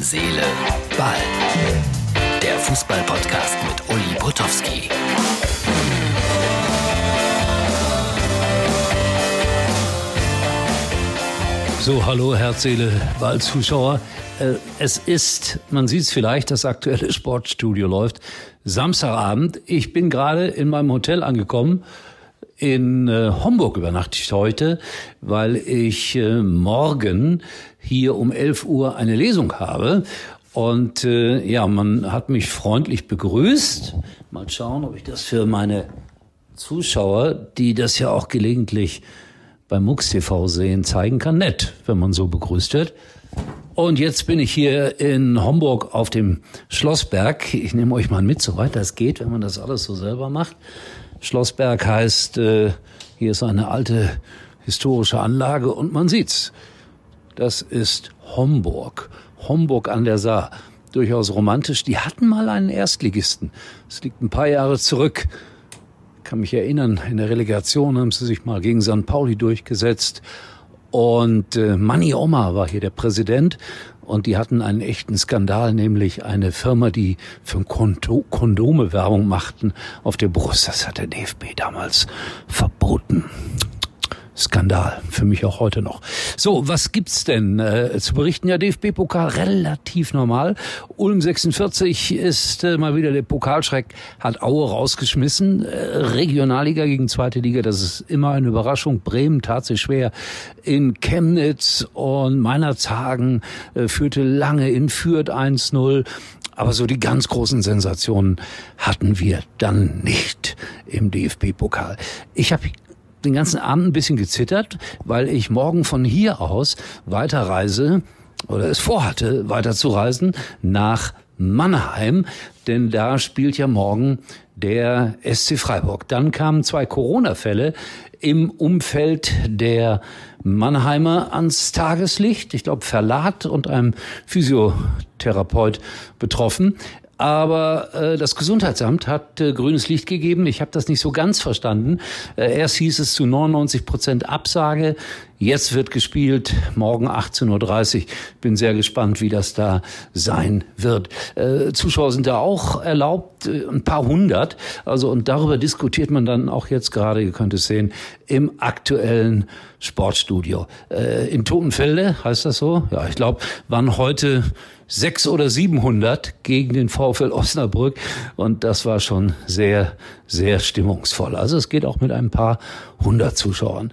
Seele, Ball. Der Fußball-Podcast mit Uli Potowski. So, hallo Herz, Seele, Ball, Zuschauer. Es ist, man sieht es vielleicht, das aktuelle Sportstudio läuft. Samstagabend. Ich bin gerade in meinem Hotel angekommen. In Homburg übernachte ich heute, weil ich morgen hier um 11 Uhr eine Lesung habe. Und man hat mich freundlich begrüßt. Mal schauen, ob ich das für meine Zuschauer, die das ja auch gelegentlich bei MUX TV sehen, zeigen kann. Nett, wenn man so begrüßt wird. Und jetzt bin ich hier in Homburg auf dem Schlossberg. Ich nehme euch mal mit, soweit das geht, wenn man das alles so selber macht. Schlossberg heißt, hier ist eine alte historische Anlage und man sieht's. Das ist Homburg. Homburg an der Saar. Durchaus romantisch. Die hatten mal einen Erstligisten. Das liegt ein paar Jahre zurück. Ich kann mich erinnern, in der Relegation haben sie sich mal gegen St. Pauli durchgesetzt. Und Manni Omar war hier der Präsident. Und die hatten einen echten Skandal, nämlich eine Firma, die für Kondome Werbung machten auf der Brust. Das hat der DFB damals verboten. Skandal, für mich auch heute noch. So, was gibt's denn zu berichten? Ja, DFB-Pokal relativ normal. Ulm 46 ist mal wieder der Pokalschreck, hat Aue rausgeschmissen. Regionalliga gegen zweite Liga, das ist immer eine Überraschung. Bremen tat sich schwer in Chemnitz und Meinerzhagen führte lange in Fürth 1-0. Aber so die ganz großen Sensationen hatten wir dann nicht im DFB-Pokal. Ich habe den ganzen Abend ein bisschen gezittert, weil ich morgen von hier aus weiterreise oder es vorhatte, weiterzureisen nach Mannheim, denn da spielt ja morgen der SC Freiburg. Dann kamen 2 Corona-Fälle im Umfeld der Mannheimer ans Tageslicht. Ich glaube, Verlat und einem Physiotherapeut betroffen. Aber das Gesundheitsamt hat grünes Licht gegeben. Ich habe das nicht so ganz verstanden. Erst hieß es zu 99% Absage. Jetzt wird gespielt, morgen 18.30 Uhr. Bin sehr gespannt, wie das da sein wird. Zuschauer sind da auch erlaubt, ein paar hundert. Also und darüber diskutiert man dann auch jetzt gerade, ihr könnt es sehen, im aktuellen Sportstudio. In Totenfelde, heißt das so? Ja, ich glaube, waren heute 600 oder 700 gegen den VfL Osnabrück und das war schon sehr, sehr stimmungsvoll. Also es geht auch mit ein paar hundert Zuschauern.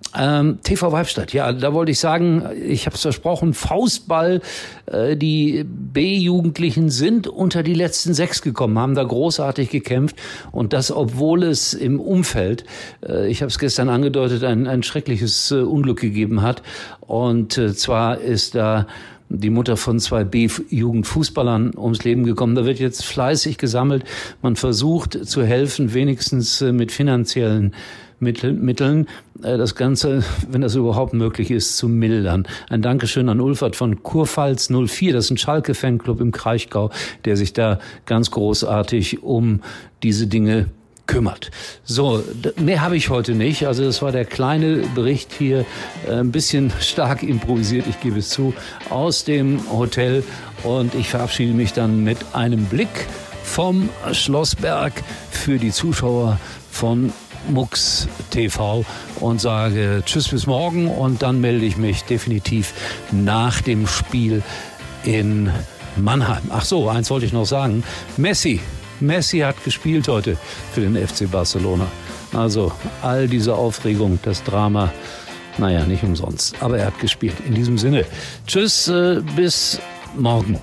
TV Weibstadt, ja, da wollte ich sagen, ich habe es versprochen, Faustball, die B-Jugendlichen sind unter die letzten 6 gekommen, haben da großartig gekämpft und das, obwohl es im Umfeld, ich habe es gestern angedeutet, ein schreckliches Unglück gegeben hat und zwar ist da die Mutter von 2 B-Jugendfußballern ums Leben gekommen. Da wird jetzt fleißig gesammelt. Man versucht zu helfen, wenigstens mit finanziellen Mitteln, das Ganze, wenn das überhaupt möglich ist, zu mildern. Ein Dankeschön an Ulfert von Kurpfalz 04, das ist ein Schalke-Fanclub im Kraichgau, der sich da ganz großartig um diese Dinge kümmert. So, mehr habe ich heute nicht. Also das war der kleine Bericht hier, ein bisschen stark improvisiert, ich gebe es zu, aus dem Hotel. Und ich verabschiede mich dann mit einem Blick vom Schlossberg für die Zuschauer von MUX TV und sage Tschüss bis morgen und dann melde ich mich definitiv nach dem Spiel in Mannheim. Ach so, eins wollte ich noch sagen. Messi hat gespielt heute für den FC Barcelona. Also all diese Aufregung, das Drama, naja, nicht umsonst. Aber er hat gespielt. In diesem Sinne, tschüss, bis morgen.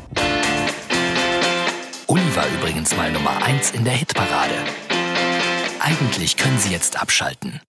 Uli war übrigens mal Nummer 1 in der Hitparade. Eigentlich können Sie jetzt abschalten.